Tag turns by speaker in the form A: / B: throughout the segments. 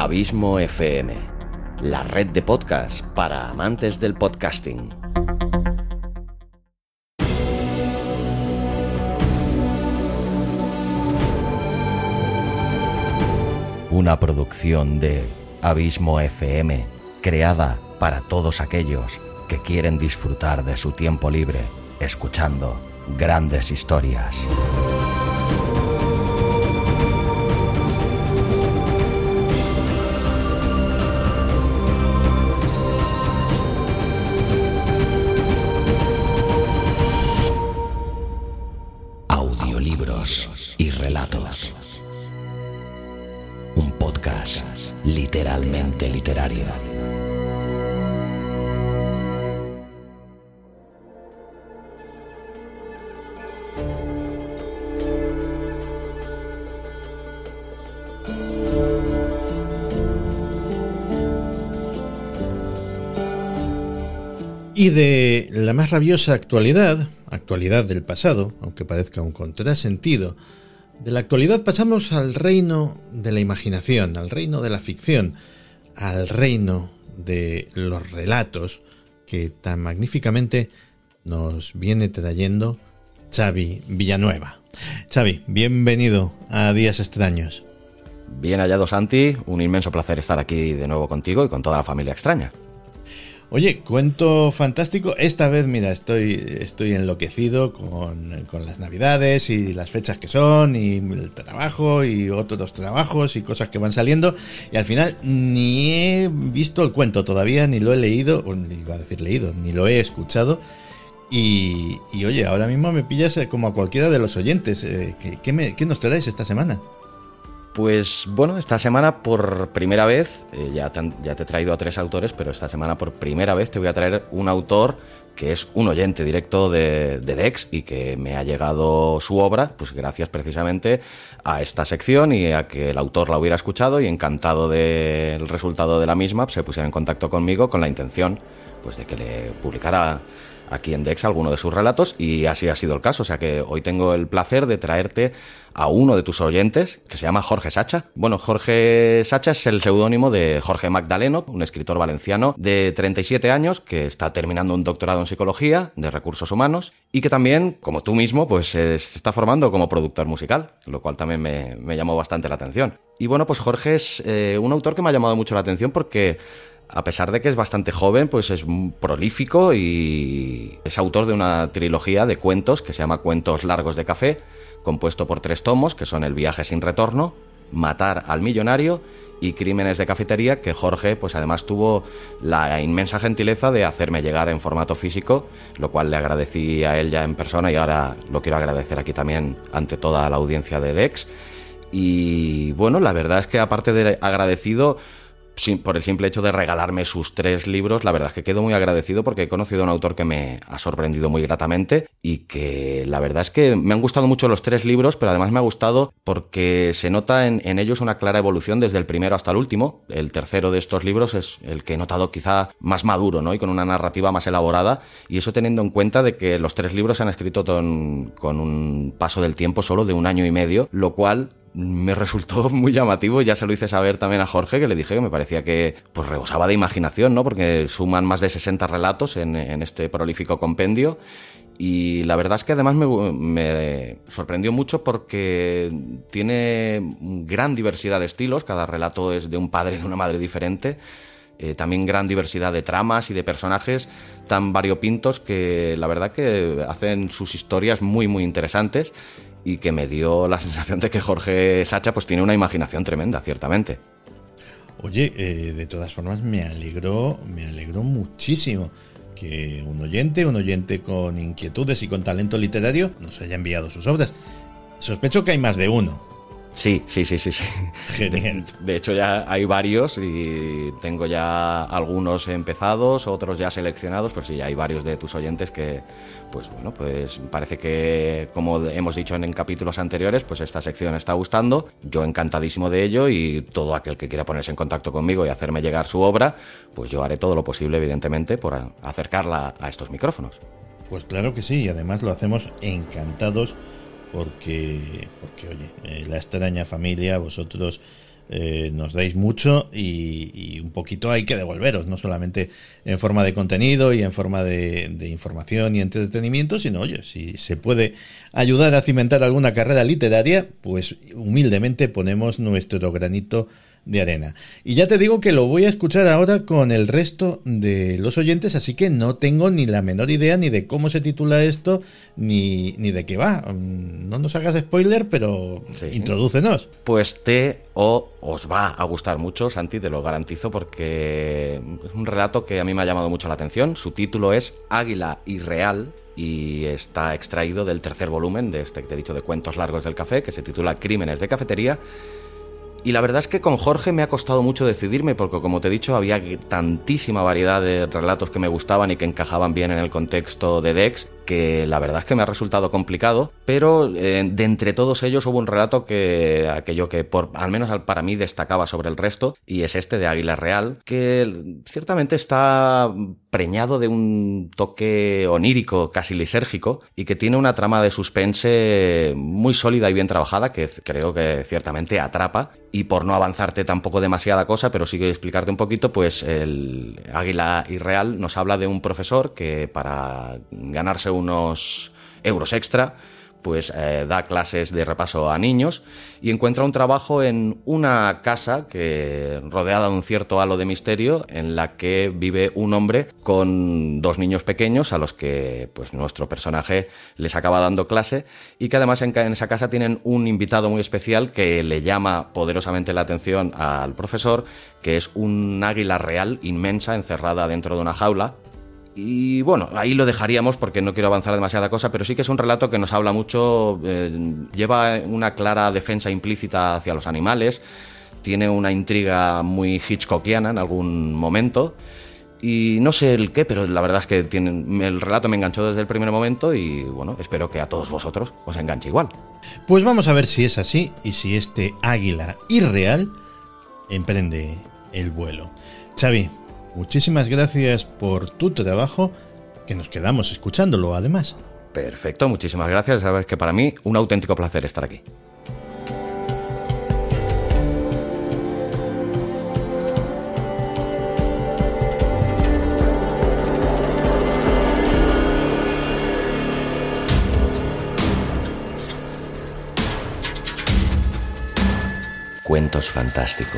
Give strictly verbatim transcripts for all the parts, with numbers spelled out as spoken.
A: Abismo F M, la red de podcast para amantes del podcasting. Una producción de Abismo F M, creada para todos aquellos que quieren disfrutar de su tiempo libre escuchando grandes historias. Audiolibros y relatos. Un podcast literalmente literario.
B: Y de la más rabiosa actualidad, actualidad del pasado, aunque parezca un contrasentido, de la actualidad pasamos al reino de la imaginación, al reino de la ficción, al reino de los relatos que tan magníficamente nos viene trayendo Xavi Villanueva. Xavi, bienvenido a Días Extraños.
A: Bien hallado, Santi, un inmenso placer estar aquí de nuevo contigo y con toda la familia extraña.
B: Oye, cuento fantástico. Esta vez, mira, estoy, estoy enloquecido con, con las navidades y las fechas que son, y el trabajo y otros trabajos y cosas que van saliendo. Y al final ni he visto el cuento todavía, ni lo he leído, o ni iba a decir leído, ni lo he escuchado. Y, y oye, ahora mismo me pillas como a cualquiera de los oyentes. Eh, ¿qué, qué, me, ¿Qué nos traéis esta semana?
A: Pues bueno, esta semana por primera vez, eh, ya, te han, ya te he traído a tres autores, pero esta semana por primera vez te voy a traer un autor que es un oyente directo de, de Dex y que me ha llegado su obra, pues gracias precisamente a esta sección y a que el autor la hubiera escuchado, y encantado del resultado de la misma, pues se pusiera en contacto conmigo con la intención pues de que le publicara aquí en Dex alguno de sus relatos, y así ha sido el caso. O sea que hoy tengo el placer de traerte a uno de tus oyentes, que se llama Jorge Sacha. Bueno, Jorge Sacha es el seudónimo de Jorge Magdaleno, un escritor valenciano de treinta y siete años que está terminando un doctorado en psicología de recursos humanos y que también, como tú mismo, pues se está formando como productor musical, lo cual también me, me llamó bastante la atención. Y bueno, pues Jorge es eh, un autor que me ha llamado mucho la atención porque, a pesar de que es bastante joven, pues es prolífico y es autor de una trilogía de cuentos que se llama Cuentos Largos de Café, compuesto por tres tomos, que son El viaje sin retorno, Matar al millonario y Crímenes de cafetería, que Jorge pues además tuvo la inmensa gentileza de hacerme llegar en formato físico, lo cual le agradecí a él ya en persona y ahora lo quiero agradecer aquí también ante toda la audiencia de Dex. Y bueno, la verdad es que aparte de agradecido por el simple hecho de regalarme sus tres libros, la verdad es que quedo muy agradecido porque he conocido a un autor que me ha sorprendido muy gratamente y que la verdad es que me han gustado mucho los tres libros, pero además me ha gustado porque se nota en, en ellos una clara evolución desde el primero hasta el último. El tercero de estos libros es el que he notado quizá más maduro, ¿no? Y con una narrativa más elaborada, y eso teniendo en cuenta de que los tres libros se han escrito con, con un paso del tiempo solo de un año y medio, lo cual me resultó muy llamativo. Ya se lo hice saber también a Jorge, que le dije que me parecía que pues rebosaba de imaginación, ¿no? Porque suman más de sesenta relatos en, en este prolífico compendio. Y la verdad es que además me, me sorprendió mucho porque tiene gran diversidad de estilos. Cada relato es de un padre y de una madre diferente. Eh, también gran diversidad de tramas y de personajes tan variopintos que la verdad que hacen sus historias muy muy interesantes, y que me dio la sensación de que Jorge Sacha pues tiene una imaginación tremenda, ciertamente.
B: Oye, eh, de todas formas me alegró, me alegró muchísimo que un oyente, un oyente con inquietudes y con talento literario nos haya enviado sus obras. Sospecho que hay más de uno.
A: Sí, sí, sí, sí, sí.
B: Genial.
A: De, de hecho ya hay varios y tengo ya algunos empezados, otros ya seleccionados, pero sí, ya hay varios de tus oyentes que, pues bueno, pues parece que, como hemos dicho en, en capítulos anteriores, pues esta sección está gustando. Yo encantadísimo de ello, y todo aquel que quiera ponerse en contacto conmigo y hacerme llegar su obra, pues yo haré todo lo posible, evidentemente, por acercarla a estos micrófonos.
B: Pues claro que sí, y además lo hacemos encantados porque, porque oye, eh, la extraña familia, vosotros eh, nos dais mucho y, y un poquito hay que devolveros, no solamente en forma de contenido y en forma de, de información y entretenimiento, sino, oye, si se puede ayudar a cimentar alguna carrera literaria, pues humildemente ponemos nuestro granito de arena. Y ya te digo que lo voy a escuchar ahora con el resto de los oyentes, así que no tengo ni la menor idea ni de cómo se titula esto, ni, ni de qué va. No nos hagas spoiler, pero sí, introdúcenos.
A: Pues te o os va a gustar mucho, Santi, te lo garantizo, porque es un relato que a mí me ha llamado mucho la atención. Su título es Águila Irreal y está extraído del tercer volumen de este que te he dicho de Cuentos Largos del Café, que se titula Crímenes de Cafetería. Y la verdad es que con Jorge me ha costado mucho decidirme porque, como te he dicho, había tantísima variedad de relatos que me gustaban y que encajaban bien en el contexto de Dex, que la verdad es que me ha resultado complicado, pero eh, de entre todos ellos hubo un relato que aquello que por al menos para mí destacaba sobre el resto, y es este de Águila Real, que ciertamente está preñado de un toque onírico, casi lisérgico, y que tiene una trama de suspense muy sólida y bien trabajada, que creo que ciertamente atrapa. Y por no avanzarte tampoco demasiada cosa, pero sí que explicarte un poquito, pues el Águila Irreal nos habla de un profesor que para ganarse unos euros extra, pues eh, da clases de repaso a niños y encuentra un trabajo en una casa que rodeada de un cierto halo de misterio, en la que vive un hombre con dos niños pequeños a los que pues nuestro personaje les acaba dando clase, y que además en, en esa casa tienen un invitado muy especial que le llama poderosamente la atención al profesor, que es un águila real inmensa encerrada dentro de una jaula. Y bueno, ahí lo dejaríamos porque no quiero avanzar demasiada cosa, pero sí que es un relato que nos habla mucho, eh, lleva una clara defensa implícita hacia los animales, tiene una intriga muy hitchcockiana en algún momento, y no sé el qué, pero la verdad es que tiene, el relato me enganchó desde el primer momento y bueno, espero que a todos vosotros os enganche igual.
B: Pues vamos a ver si es así y si este águila irreal emprende el vuelo. Xavi, muchísimas gracias por tu trabajo, que nos quedamos escuchándolo además.
A: Perfecto, muchísimas gracias. Sabes que para mí un auténtico placer estar aquí. Cuentos fantásticos.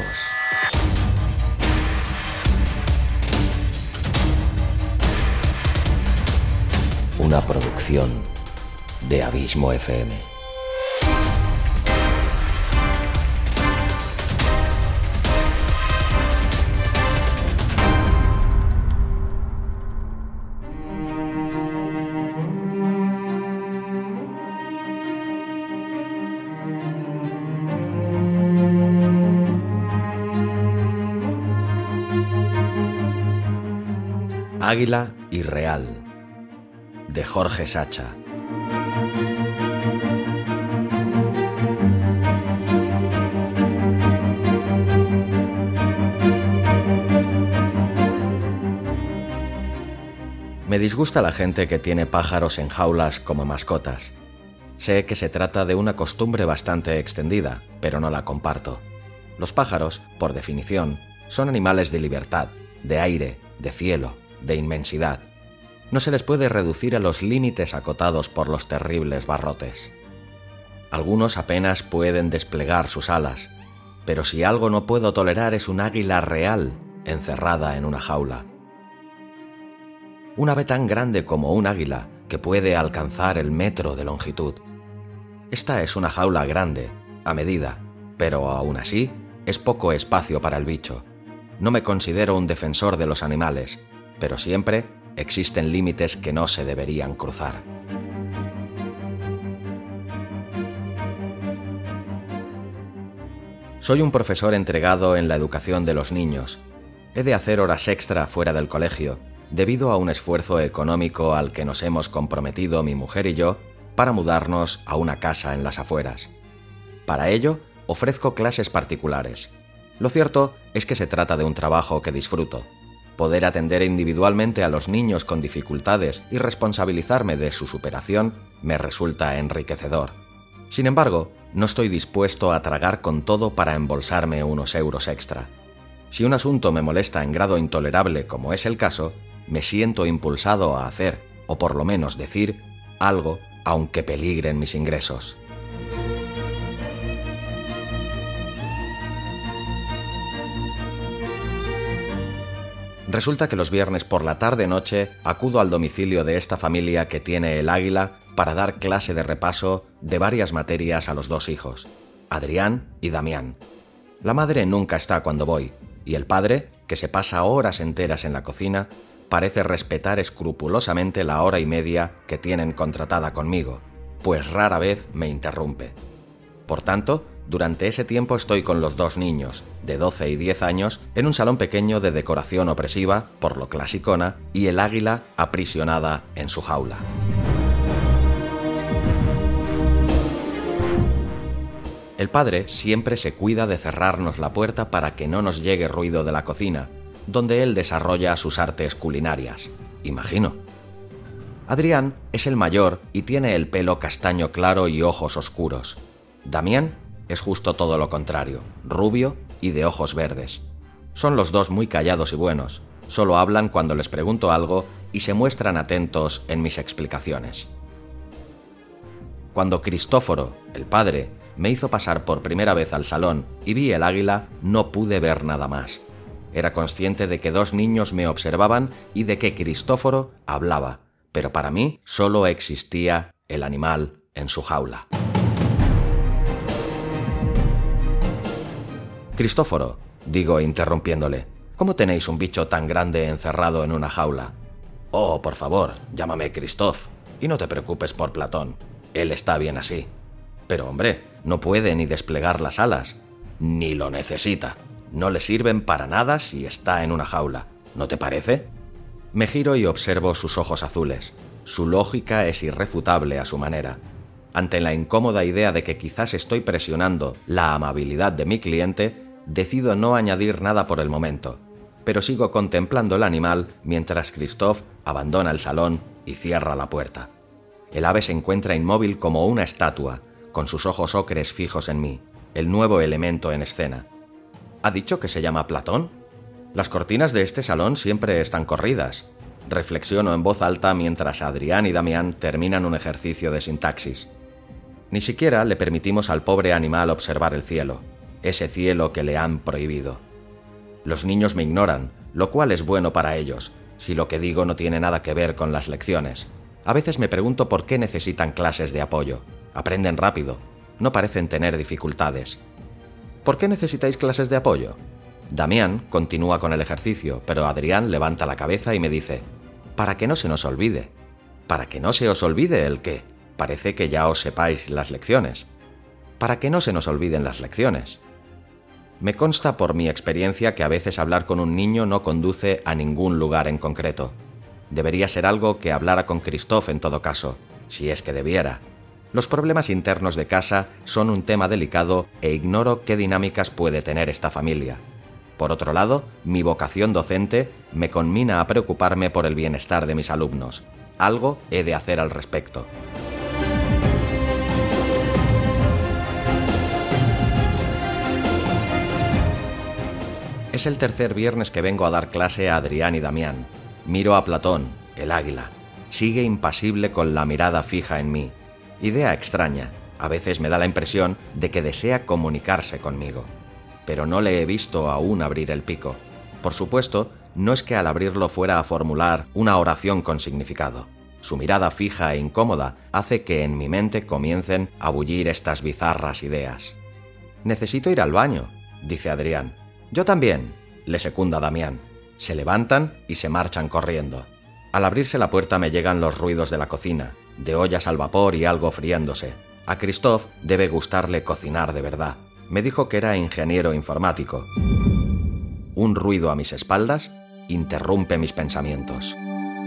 A: Una producción de Abismo F M. Águila Irreal, de Jorge Sacha. Me disgusta la gente que tiene pájaros en jaulas como mascotas. Sé que se trata de una costumbre bastante extendida, pero no la comparto. Los pájaros, por definición, son animales de libertad, de aire, de cielo, de inmensidad. No se les puede reducir a los límites acotados por los terribles barrotes. Algunos apenas pueden desplegar sus alas, pero si algo no puedo tolerar es un águila real encerrada en una jaula. Un ave tan grande como un águila que puede alcanzar el metro de longitud. Esta es una jaula grande, a medida, pero aún así es poco espacio para el bicho. No me considero un defensor de los animales, pero siempre existen límites que no se deberían cruzar. Soy un profesor entregado en la educación de los niños. He de hacer horas extra fuera del colegio, debido a un esfuerzo económico al que nos hemos comprometido mi mujer y yo para mudarnos a una casa en las afueras. Para ello, ofrezco clases particulares. Lo cierto es que se trata de un trabajo que disfruto. Poder atender individualmente a los niños con dificultades y responsabilizarme de su superación me resulta enriquecedor. Sin embargo, no estoy dispuesto a tragar con todo para embolsarme unos euros extra. Si un asunto me molesta en grado intolerable, como es el caso, me siento impulsado a hacer, o por lo menos decir, algo, aunque peligren mis ingresos. Resulta que los viernes por la tarde-noche acudo al domicilio de esta familia que tiene el Águila para dar clase de repaso de varias materias a los dos hijos, Adrián y Damián. La madre nunca está cuando voy, y el padre, que se pasa horas enteras en la cocina, parece respetar escrupulosamente la hora y media que tienen contratada conmigo, pues rara vez me interrumpe. Por tanto, durante ese tiempo estoy con los dos niños, de doce y diez años, en un salón pequeño de decoración opresiva, por lo clasicona, y el Águila aprisionada en su jaula. El padre siempre se cuida de cerrarnos la puerta para que no nos llegue ruido de la cocina, donde él desarrolla sus artes culinarias, imagino. Adrián es el mayor y tiene el pelo castaño claro y ojos oscuros. Damián es justo todo lo contrario, rubio y de ojos verdes. Son los dos muy callados y buenos, solo hablan cuando les pregunto algo y se muestran atentos en mis explicaciones. Cuando Cristóforo, el padre, me hizo pasar por primera vez al salón y vi el Águila, no pude ver nada más. Era consciente de que dos niños me observaban y de que Cristóforo hablaba, pero para mí solo existía el animal en su jaula. Cristóforo, digo interrumpiéndole, ¿cómo tenéis un bicho tan grande encerrado en una jaula? Oh, por favor, llámame Christoph, y no te preocupes por Platón, él está bien así. Pero hombre, no puede ni desplegar las alas, ni lo necesita. No le sirven para nada si está en una jaula, ¿no te parece? Me giro y observo sus ojos azules. Su lógica es irrefutable a su manera. Ante la incómoda idea de que quizás estoy presionando la amabilidad de mi cliente, decido no añadir nada por el momento, pero sigo contemplando el animal mientras Christoph abandona el salón y cierra la puerta. El ave se encuentra inmóvil como una estatua, con sus ojos ocres fijos en mí, el nuevo elemento en escena. ¿Ha dicho que se llama Platón? Las cortinas de este salón siempre están corridas. Reflexiono en voz alta mientras Adrián y Damián terminan un ejercicio de sintaxis. Ni siquiera le permitimos al pobre animal observar el cielo, ese cielo que le han prohibido. Los niños me ignoran, lo cual es bueno para ellos, si lo que digo no tiene nada que ver con las lecciones. A veces me pregunto por qué necesitan clases de apoyo. Aprenden rápido, no parecen tener dificultades. ¿Por qué necesitáis clases de apoyo? Damián continúa con el ejercicio, pero Adrián levanta la cabeza y me dice: para que no se nos olvide. ¿Para que no se os olvide el qué? Parece que ya os sepáis las lecciones. Para que no se nos olviden las lecciones. Me consta por mi experiencia que a veces hablar con un niño no conduce a ningún lugar en concreto. Debería ser algo que hablara con Christoph en todo caso, si es que debiera. Los problemas internos de casa son un tema delicado e ignoro qué dinámicas puede tener esta familia. Por otro lado, mi vocación docente me conmina a preocuparme por el bienestar de mis alumnos. Algo he de hacer al respecto. Es el tercer viernes que vengo a dar clase a Adrián y Damián. Miro a Platón, el Águila. Sigue impasible con la mirada fija en mí. Idea extraña. A veces me da la impresión de que desea comunicarse conmigo. Pero no le he visto aún abrir el pico. Por supuesto, no es que al abrirlo fuera a formular una oración con significado. Su mirada fija e incómoda hace que en mi mente comiencen a bullir estas bizarras ideas. «Necesito ir al baño», dice Adrián. «Yo también», le secunda Damián. Se levantan y se marchan corriendo. Al abrirse la puerta me llegan los ruidos de la cocina, de ollas al vapor y algo friéndose. A Christoph debe gustarle cocinar de verdad. Me dijo que era ingeniero informático. Un ruido a mis espaldas interrumpe mis pensamientos.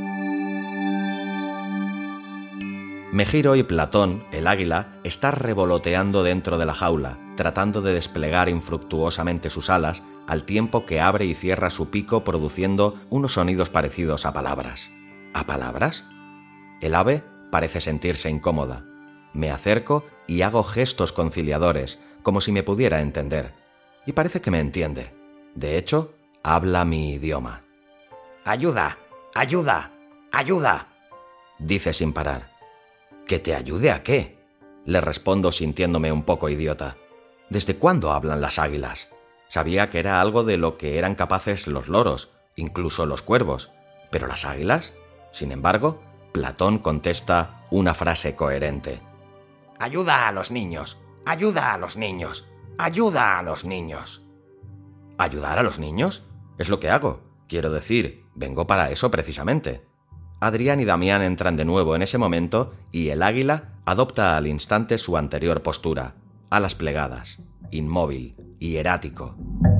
A: Me giro y Platón, el águila, está revoloteando dentro de la jaula, tratando de desplegar infructuosamente sus alas, al tiempo que abre y cierra su pico produciendo unos sonidos parecidos a palabras. ¿A palabras? El ave parece sentirse incómoda. Me acerco y hago gestos conciliadores, como si me pudiera entender. Y parece que me entiende. De hecho, habla mi idioma. «¡Ayuda! ¡Ayuda! ¡Ayuda!», dice sin parar. ¿Que te ayude a qué?, le respondo sintiéndome un poco idiota. ¿Desde cuándo hablan las águilas? Sabía que era algo de lo que eran capaces los loros, incluso los cuervos. ¿Pero las águilas? Sin embargo, Platón contesta una frase coherente. «¡Ayuda a los niños! ¡Ayuda a los niños! ¡Ayuda a los niños!». ¿Ayudar a los niños? Es lo que hago. Quiero decir, vengo para eso precisamente. Adrián y Damián entran de nuevo en ese momento y el águila adopta al instante su anterior postura, alas plegadas, inmóvil, hierático.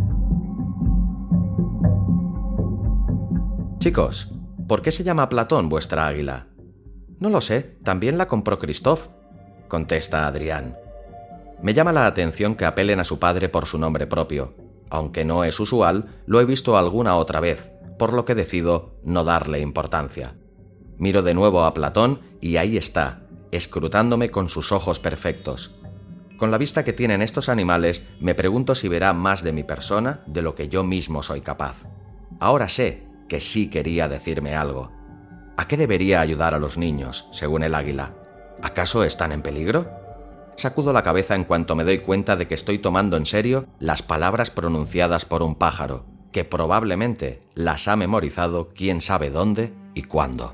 A: Chicos, ¿por qué se llama Platón vuestra águila? No lo sé, también la compró Christoph, contesta Adrián. Me llama la atención que apelen a su padre por su nombre propio. Aunque no es usual, lo he visto alguna otra vez, por lo que decido no darle importancia. Miro de nuevo a Platón y ahí está, escrutándome con sus ojos perfectos. Con la vista que tienen estos animales, me pregunto si verá más de mi persona de lo que yo mismo soy capaz. Ahora sé que sí quería decirme algo. ¿A qué debería ayudar a los niños, según el águila? ¿Acaso están en peligro? Sacudo la cabeza en cuanto me doy cuenta de que estoy tomando en serio las palabras pronunciadas por un pájaro, que probablemente las ha memorizado quién sabe dónde y cuándo.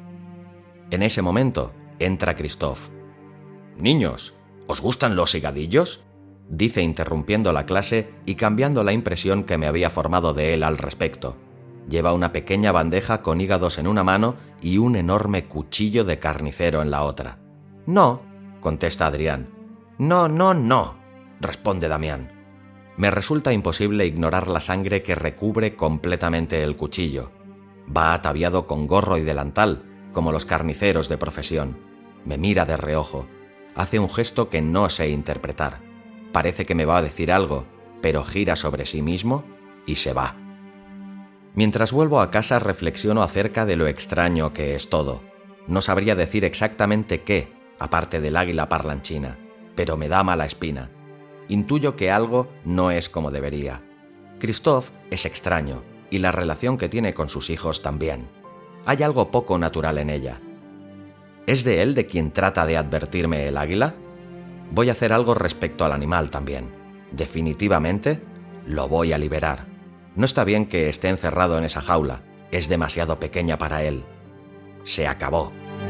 A: En ese momento entra Christoph. «Niños, ¿os gustan los higadillos?», dice interrumpiendo la clase y cambiando la impresión que me había formado de él al respecto. Lleva una pequeña bandeja con hígados en una mano y un enorme cuchillo de carnicero en la otra. «No», contesta Adrián. «No, no, no», responde Damián. Me resulta imposible ignorar la sangre que recubre completamente el cuchillo. Va ataviado con gorro y delantal, como los carniceros de profesión. Me mira de reojo. Hace un gesto que no sé interpretar. Parece que me va a decir algo, pero gira sobre sí mismo y se va. Mientras vuelvo a casa reflexiono acerca de lo extraño que es todo. No sabría decir exactamente qué, aparte del águila parlanchina, pero me da mala espina. Intuyo que algo no es como debería. Christoph es extraño, y la relación que tiene con sus hijos también. Hay algo poco natural en ella. ¿Es de él de quien trata de advertirme el águila? Voy a hacer algo respecto al animal también. Definitivamente, lo voy a liberar. No está bien que esté encerrado en esa jaula. Es demasiado pequeña para él. Se acabó.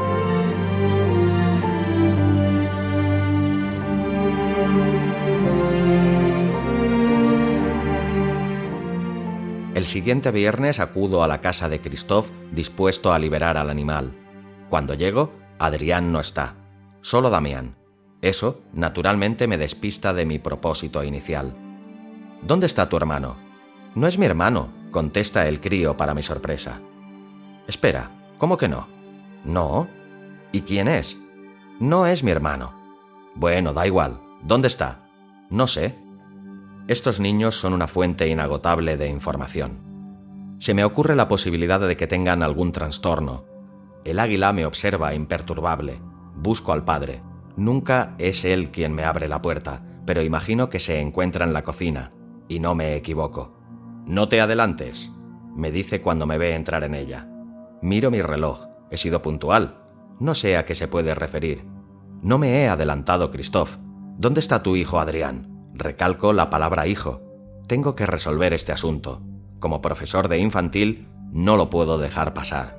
A: El siguiente viernes acudo a la casa de Christoph dispuesto a liberar al animal. Cuando llego, Adrián no está, solo Damián. Eso, naturalmente, me despista de mi propósito inicial. ¿Dónde está tu hermano? No es mi hermano, contesta el crío para mi sorpresa. Espera, ¿cómo que no? No. ¿Y quién es? No es mi hermano. Bueno, da igual. ¿Dónde está? No sé. Estos niños son una fuente inagotable de información. Se me ocurre la posibilidad de que tengan algún trastorno. El águila me observa imperturbable. Busco al padre. Nunca es él quien me abre la puerta, pero imagino que se encuentra en la cocina, y no me equivoco. «No te adelantes», me dice cuando me ve entrar en ella. Miro mi reloj. He sido puntual. No sé a qué se puede referir. No me he adelantado, Christoph. ¿Dónde está tu hijo, Adrián? Recalco la palabra hijo. Tengo que resolver este asunto. Como profesor de infantil, no lo puedo dejar pasar.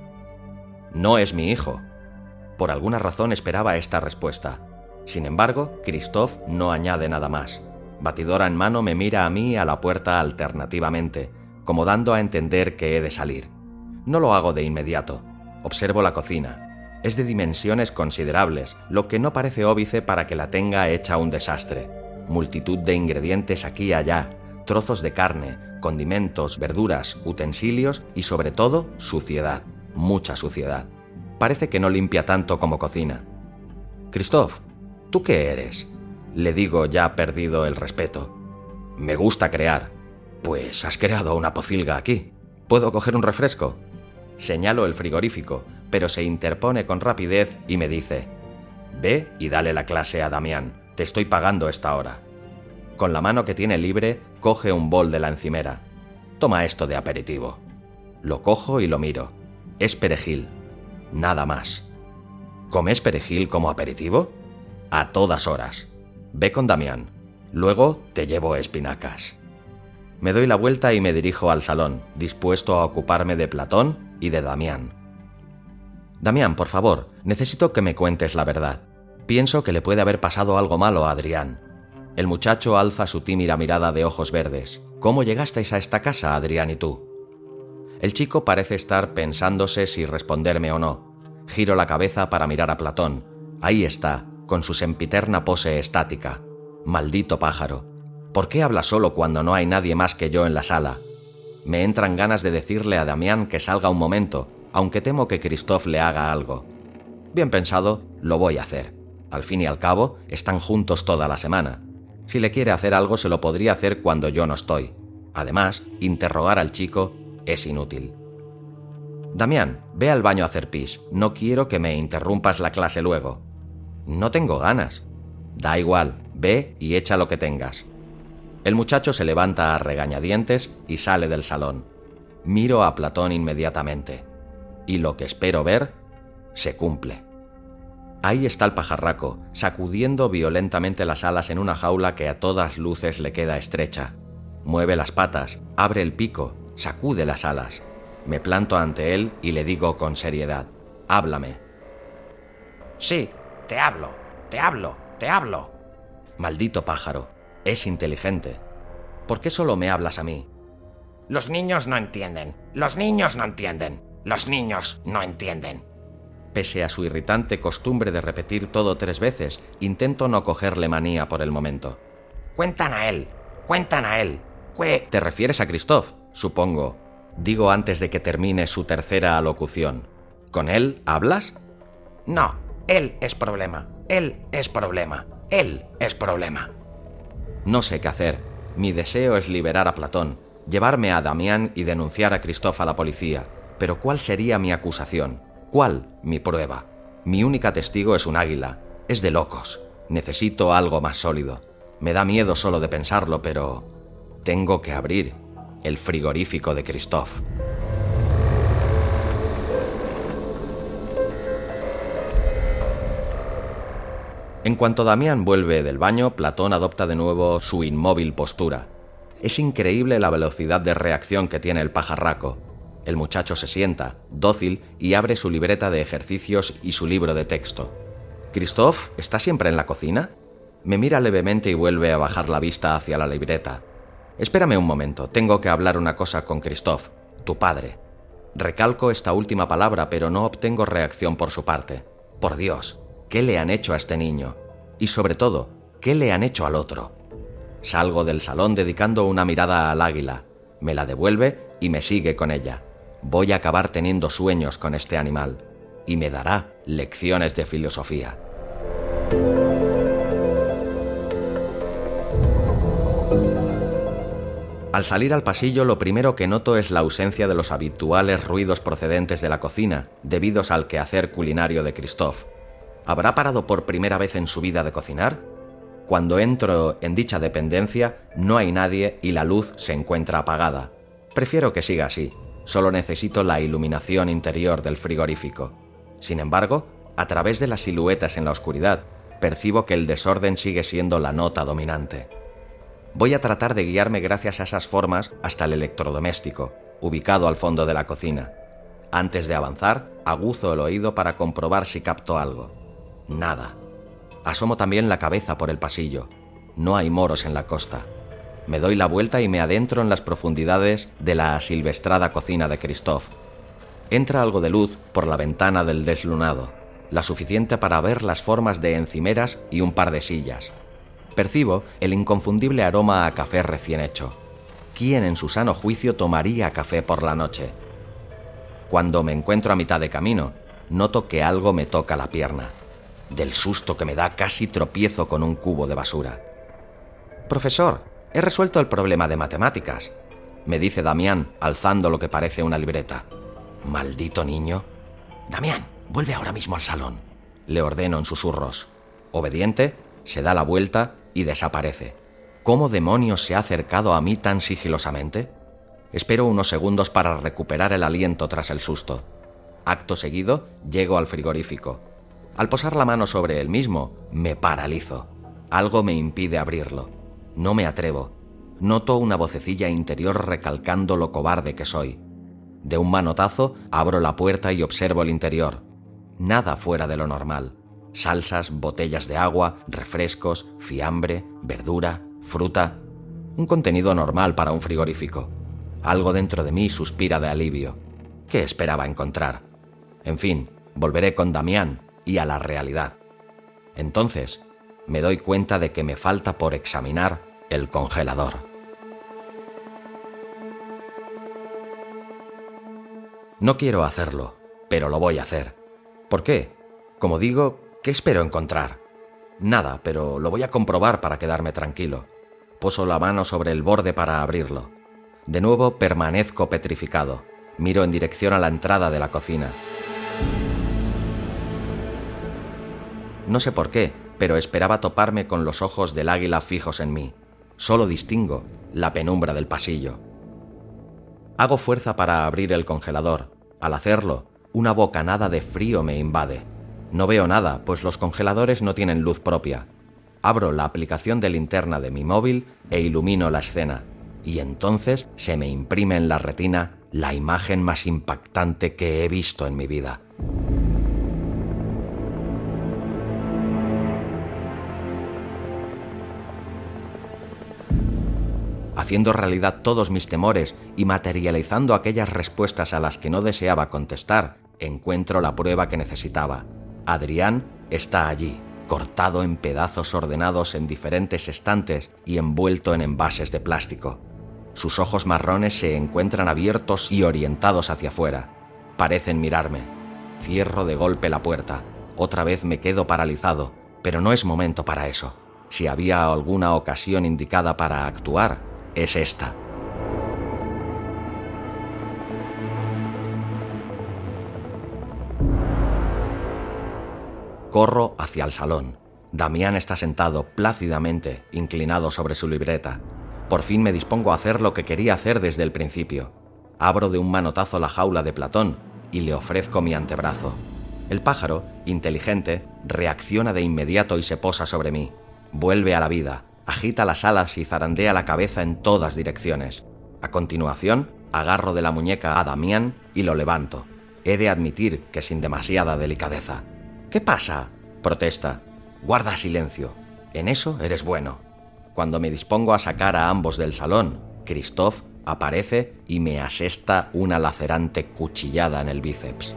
A: No es mi hijo. Por alguna razón esperaba esta respuesta. Sin embargo, Christoph no añade nada más. Batidora en mano me mira a mí a la puerta alternativamente, como dando a entender que he de salir. No lo hago de inmediato. Observo la cocina. Es de dimensiones considerables, lo que no parece óbice para que la tenga hecha un desastre. Multitud de ingredientes aquí y allá, trozos de carne, condimentos, verduras, utensilios y sobre todo suciedad, mucha suciedad. Parece que no limpia tanto como cocina. «Christoph, ¿tú qué eres?», le digo ya perdido el respeto. «Me gusta crear». «Pues has creado una pocilga aquí. ¿Puedo coger un refresco?». Señalo el frigorífico, pero se interpone con rapidez y me dice: Ve y dale la clase a Damián. Te estoy pagando esta hora. Con la mano que tiene libre, coge un bol de la encimera. Toma esto de aperitivo. Lo cojo y lo miro. Es perejil. Nada más. ¿Comes perejil como aperitivo? A todas horas. Ve con Damián. Luego te llevo espinacas. Me doy la vuelta y me dirijo al salón, dispuesto a ocuparme de Platón y de Damián. Damián, por favor, necesito que me cuentes la verdad. Pienso que le puede haber pasado algo malo a Adrián. El muchacho alza su tímida mirada de ojos verdes. ¿Cómo llegasteis a esta casa, Adrián y tú? El chico parece estar pensándose si responderme o no. Giro la cabeza para mirar a Platón. Ahí está, con su sempiterna pose estática. Maldito pájaro. ¿Por qué habla solo cuando no hay nadie más que yo en la sala? Me entran ganas de decirle a Damián que salga un momento, aunque temo que Christophe le haga algo. Bien pensado, lo voy a hacer. Al fin y al cabo, están juntos toda la semana. Si le quiere hacer algo, se lo podría hacer cuando yo no estoy. Además, interrogar al chico es inútil. Damián, ve al baño a hacer pis. No quiero que me interrumpas la clase luego. No tengo ganas. Da igual, ve y echa lo que tengas. El muchacho se levanta a regañadientes y sale del salón. Miro a Platón inmediatamente. Y lo que espero ver, se cumple. Ahí está el pajarraco, sacudiendo violentamente las alas en una jaula que a todas luces le queda estrecha. Mueve las patas, abre el pico, sacude las alas. Me planto ante él y le digo con seriedad: háblame.
C: Sí, te hablo, te hablo, te hablo.
A: Maldito pájaro, es inteligente. ¿Por qué solo me hablas a mí?
C: Los niños no entienden, los niños no entienden, los niños no entienden.
A: Pese a su irritante costumbre de repetir todo tres veces, intento no cogerle manía por el momento.
C: Cuentan a él, cuentan a él. Cue...
A: ¿Te refieres a Christophe? Supongo. Digo antes de que termine su tercera alocución. ¿Con él hablas?
C: No, él es problema, él es problema, él es problema.
A: No sé qué hacer. Mi deseo es liberar a Platón, llevarme a Damián y denunciar a Christophe a la policía. Pero ¿cuál sería mi acusación? ¿Cuál mi prueba? Mi única testigo es un águila. Es de locos. Necesito algo más sólido. Me da miedo solo de pensarlo, pero... tengo que abrir el frigorífico de Christophe. En cuanto Damián vuelve del baño, Platón adopta de nuevo su inmóvil postura. Es increíble la velocidad de reacción que tiene el pajarraco. El muchacho se sienta, dócil, y abre su libreta de ejercicios y su libro de texto. ¿Christophe está siempre en la cocina? Me mira levemente y vuelve a bajar la vista hacia la libreta. Espérame un momento, tengo que hablar una cosa con Christophe, tu padre. Recalco esta última palabra, pero no obtengo reacción por su parte. Por Dios, ¿qué le han hecho a este niño? Y sobre todo, ¿qué le han hecho al otro? Salgo del salón dedicando una mirada al águila. Me la devuelve y me sigue con ella. Voy a acabar teniendo sueños con este animal. Y me dará lecciones de filosofía. Al salir al pasillo, lo primero que noto es la ausencia de los habituales ruidos procedentes de la cocina, debidos al quehacer culinario de Christophe. ¿Habrá parado por primera vez en su vida de cocinar? Cuando entro en dicha dependencia, no hay nadie y la luz se encuentra apagada. Prefiero que siga así. Solo necesito la iluminación interior del frigorífico. Sin embargo, a través de las siluetas en la oscuridad, percibo que el desorden sigue siendo la nota dominante. Voy a tratar de guiarme gracias a esas formas hasta el electrodoméstico, ubicado al fondo de la cocina. Antes de avanzar, aguzo el oído para comprobar si capto algo. Nada. Asomo también la cabeza por el pasillo. No hay moros en la costa. Me doy la vuelta y me adentro en las profundidades de la asilvestrada cocina de Christophe. Entra algo de luz por la ventana del deslunado, la suficiente para ver las formas de encimeras y un par de sillas. Percibo el inconfundible aroma a café recién hecho. ¿Quién en su sano juicio tomaría café por la noche? Cuando me encuentro a mitad de camino, noto que algo me toca la pierna. Del susto que me da, casi tropiezo con un cubo de basura. «Profesor, he resuelto el problema de matemáticas», me dice Damián, alzando lo que parece una libreta. «Maldito niño». «Damián, vuelve ahora mismo al salón». Le ordeno en susurros. Obediente, se da la vuelta y desaparece. ¿Cómo demonios se ha acercado a mí tan sigilosamente? Espero unos segundos para recuperar el aliento tras el susto. Acto seguido, llego al frigorífico. Al posar la mano sobre él mismo, me paralizo. Algo me impide abrirlo. No me atrevo. Noto una vocecilla interior recalcando lo cobarde que soy. De un manotazo, abro la puerta y observo el interior. Nada fuera de lo normal. Salsas, botellas de agua, refrescos, fiambre, verdura, fruta. Un contenido normal para un frigorífico. Algo dentro de mí suspira de alivio. ¿Qué esperaba encontrar? En fin, volveré con Damián y a la realidad. Entonces, me doy cuenta de que me falta por examinar el congelador. No quiero hacerlo, pero lo voy a hacer. ¿Por qué? Como digo, ¿qué espero encontrar? Nada, pero lo voy a comprobar para quedarme tranquilo. Poso la mano sobre el borde para abrirlo. De nuevo permanezco petrificado. Miro en dirección a la entrada de la cocina. No sé por qué, pero esperaba toparme con los ojos del águila fijos en mí. Solo distingo la penumbra del pasillo. Hago fuerza para abrir el congelador. Al hacerlo, una bocanada de frío me invade. No veo nada, pues los congeladores no tienen luz propia. Abro la aplicación de linterna de mi móvil e ilumino la escena. Y entonces se me imprime en la retina la imagen más impactante que he visto en mi vida. Haciendo realidad todos mis temores y materializando aquellas respuestas a las que no deseaba contestar, encuentro la prueba que necesitaba. Adrián está allí, cortado en pedazos ordenados en diferentes estantes y envuelto en envases de plástico. Sus ojos marrones se encuentran abiertos y orientados hacia afuera. Parecen mirarme. Cierro de golpe la puerta. Otra vez me quedo paralizado, pero no es momento para eso. Si había alguna ocasión indicada para actuar, es esta. Corro hacia el salón. Damián está sentado plácidamente, inclinado sobre su libreta. Por fin me dispongo a hacer lo que quería hacer desde el principio. Abro de un manotazo la jaula de Platón y le ofrezco mi antebrazo. El pájaro, inteligente, reacciona de inmediato y se posa sobre mí. Vuelve a la vida, agita las alas y zarandea la cabeza en todas direcciones. A continuación, agarro de la muñeca a Damián y lo levanto. He de admitir que sin demasiada delicadeza. «¿Qué pasa?», protesta. «Guarda silencio. En eso eres bueno». Cuando me dispongo a sacar a ambos del salón, Christoph aparece y me asesta una lacerante cuchillada en el bíceps.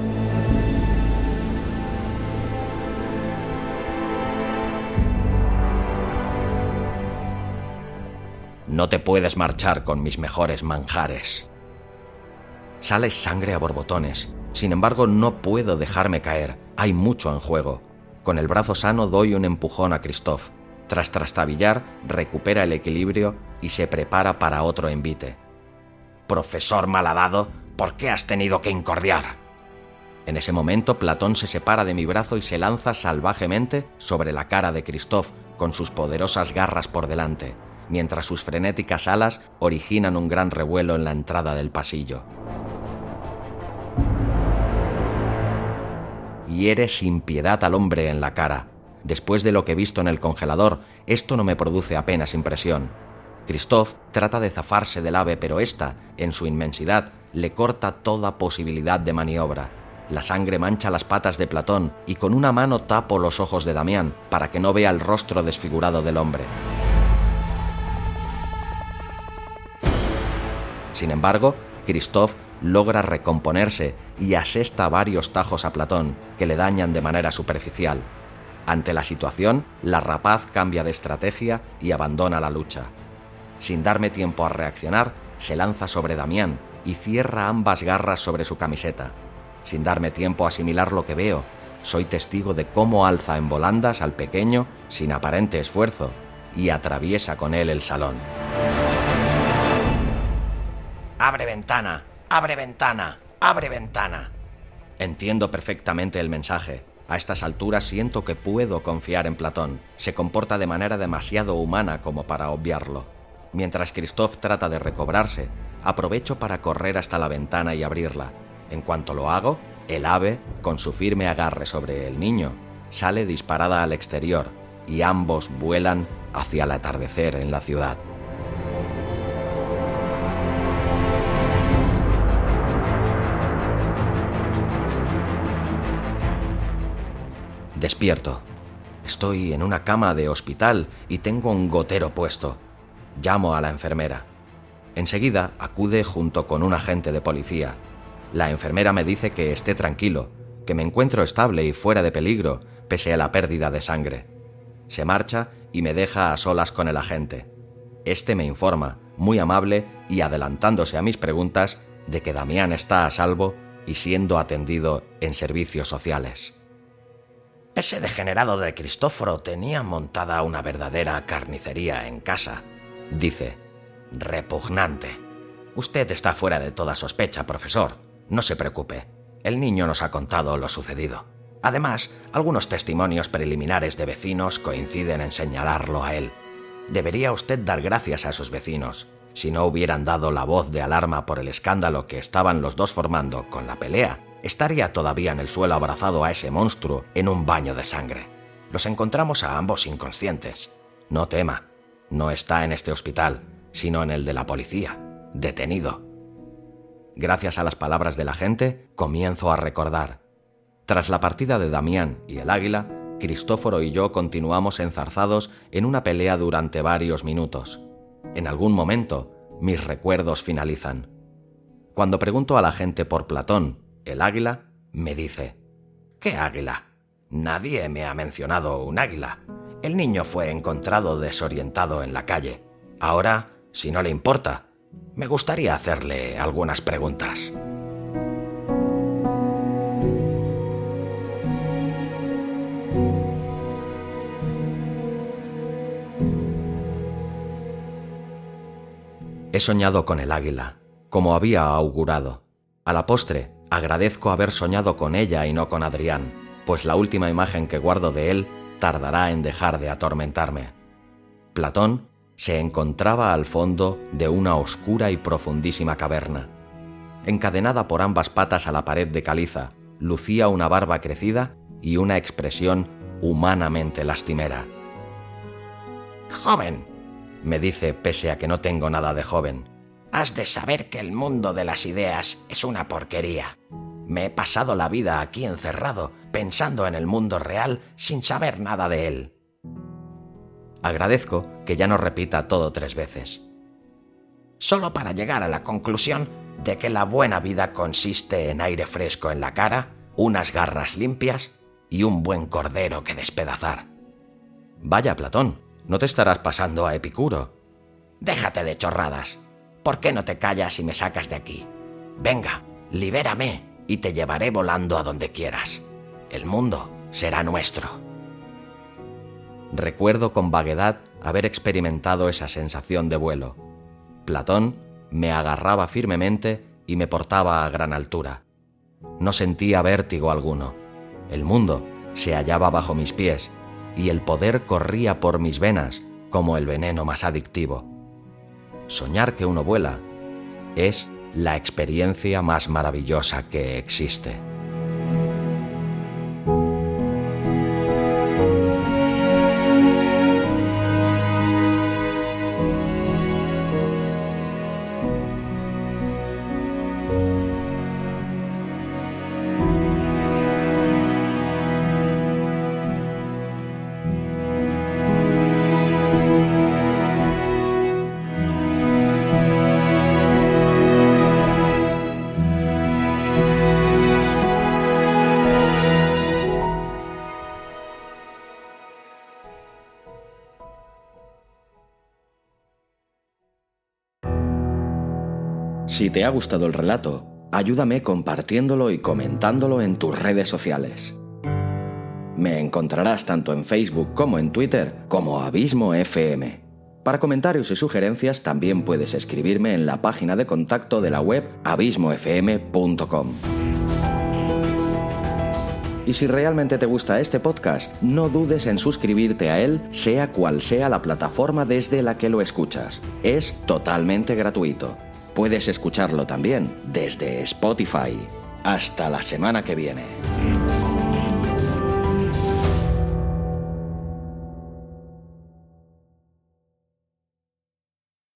A: «No te puedes marchar con mis mejores manjares». Sale sangre a borbotones. Sin embargo, no puedo dejarme caer. Hay mucho en juego. Con el brazo sano doy un empujón a Christoph. Tras trastabillar, recupera el equilibrio y se prepara para otro envite.
C: «Profesor malhadado, ¿por qué has tenido que incordiar?».
A: En ese momento, Platón se separa de mi brazo y se lanza salvajemente sobre la cara de Christoph con sus poderosas garras por delante, mientras sus frenéticas alas originan un gran revuelo en la entrada del pasillo. Hiere sin piedad al hombre en la cara. Después de lo que he visto en el congelador, esto no me produce apenas impresión. Christoph trata de zafarse del ave, pero ésta, en su inmensidad, le corta toda posibilidad de maniobra. La sangre mancha las patas de Platón y con una mano tapo los ojos de Damián para que no vea el rostro desfigurado del hombre. Sin embargo, Christoph logra recomponerse y asesta varios tajos a Platón, que le dañan de manera superficial. Ante la situación, la rapaz cambia de estrategia y abandona la lucha. Sin darme tiempo a reaccionar, se lanza sobre Damián y cierra ambas garras sobre su camiseta. Sin darme tiempo a asimilar lo que veo, soy testigo de cómo alza en volandas al pequeño sin aparente esfuerzo y atraviesa con él el salón.
C: «Abre ventana, abre ventana, abre ventana».
A: Entiendo perfectamente el mensaje. A estas alturas siento que puedo confiar en Platón. Se comporta de manera demasiado humana como para obviarlo. Mientras Christophe trata de recobrarse, aprovecho para correr hasta la ventana y abrirla. En cuanto lo hago, el ave, con su firme agarre sobre el niño, sale disparada al exterior y ambos vuelan hacia el atardecer en la ciudad. Despierto. Estoy en una cama de hospital y tengo un gotero puesto. Llamo a la enfermera. Enseguida acude junto con un agente de policía. La enfermera me dice que esté tranquilo, que me encuentro estable y fuera de peligro, pese a la pérdida de sangre. Se marcha y me deja a solas con el agente. Este me informa, muy amable y adelantándose a mis preguntas, de que Damián está a salvo y siendo atendido en servicios sociales.
C: Ese degenerado de Cristóforo tenía montada una verdadera carnicería en casa,
A: dice.
C: Repugnante. Usted está fuera de toda sospecha, profesor. No se preocupe. El niño nos ha contado lo sucedido. Además, algunos testimonios preliminares de vecinos coinciden en señalarlo a él. Debería usted dar gracias a sus vecinos. Si no hubieran dado la voz de alarma por el escándalo que estaban los dos formando con la pelea, estaría todavía en el suelo abrazado a ese monstruo en un baño de sangre. Los encontramos a ambos inconscientes. No tema, no está en este hospital, sino en el de la policía, detenido. Gracias a las palabras de la gente, comienzo a recordar. Tras la partida de Damián y el águila, Cristóforo y yo continuamos enzarzados en una pelea durante varios minutos. En algún momento, mis recuerdos finalizan. Cuando pregunto a la gente por Platón, el águila, me dice: ¿Qué águila? Nadie me ha mencionado un águila. El niño fue encontrado desorientado en la calle. Ahora, si no le importa, me gustaría hacerle algunas preguntas.
A: He soñado con el águila, como había augurado. A la postre, agradezco haber soñado con ella y no con Adrián, pues la última imagen que guardo de él tardará en dejar de atormentarme. Platón se encontraba al fondo de una oscura y profundísima caverna. Encadenada por ambas patas a la pared de caliza, lucía una barba crecida y una expresión humanamente lastimera.
C: «Joven»,
A: me dice pese a que no tengo nada de joven,
C: «has de saber que el mundo de las ideas es una porquería. Me he pasado la vida aquí encerrado, pensando en el mundo real sin saber nada de él».
A: Agradezco que ya no repita todo tres veces.
C: Solo para llegar a la conclusión de que la buena vida consiste en aire fresco en la cara, unas garras limpias y un buen cordero que despedazar.
A: Vaya, Platón, ¿no te estarás pasando a Epicuro?
C: Déjate de chorradas. ¿Por qué no te callas y me sacas de aquí? Venga, libérame y te llevaré volando a donde quieras. El mundo será nuestro.
A: Recuerdo con vaguedad haber experimentado esa sensación de vuelo. Platón me agarraba firmemente y me portaba a gran altura. No sentía vértigo alguno. El mundo se hallaba bajo mis pies y el poder corría por mis venas como el veneno más adictivo. Soñar que uno vuela es la experiencia más maravillosa que existe. Si te ha gustado el relato, ayúdame compartiéndolo y comentándolo en tus redes sociales. Me encontrarás tanto en Facebook como en Twitter como Abismo F M. Para comentarios y sugerencias también puedes escribirme en la página de contacto de la web abismo f m punto com.
C: Y si realmente te gusta este podcast, no dudes en suscribirte a él, sea cual sea la plataforma desde la que lo escuchas. Es totalmente gratuito. Puedes escucharlo también desde Spotify. Hasta la semana que viene.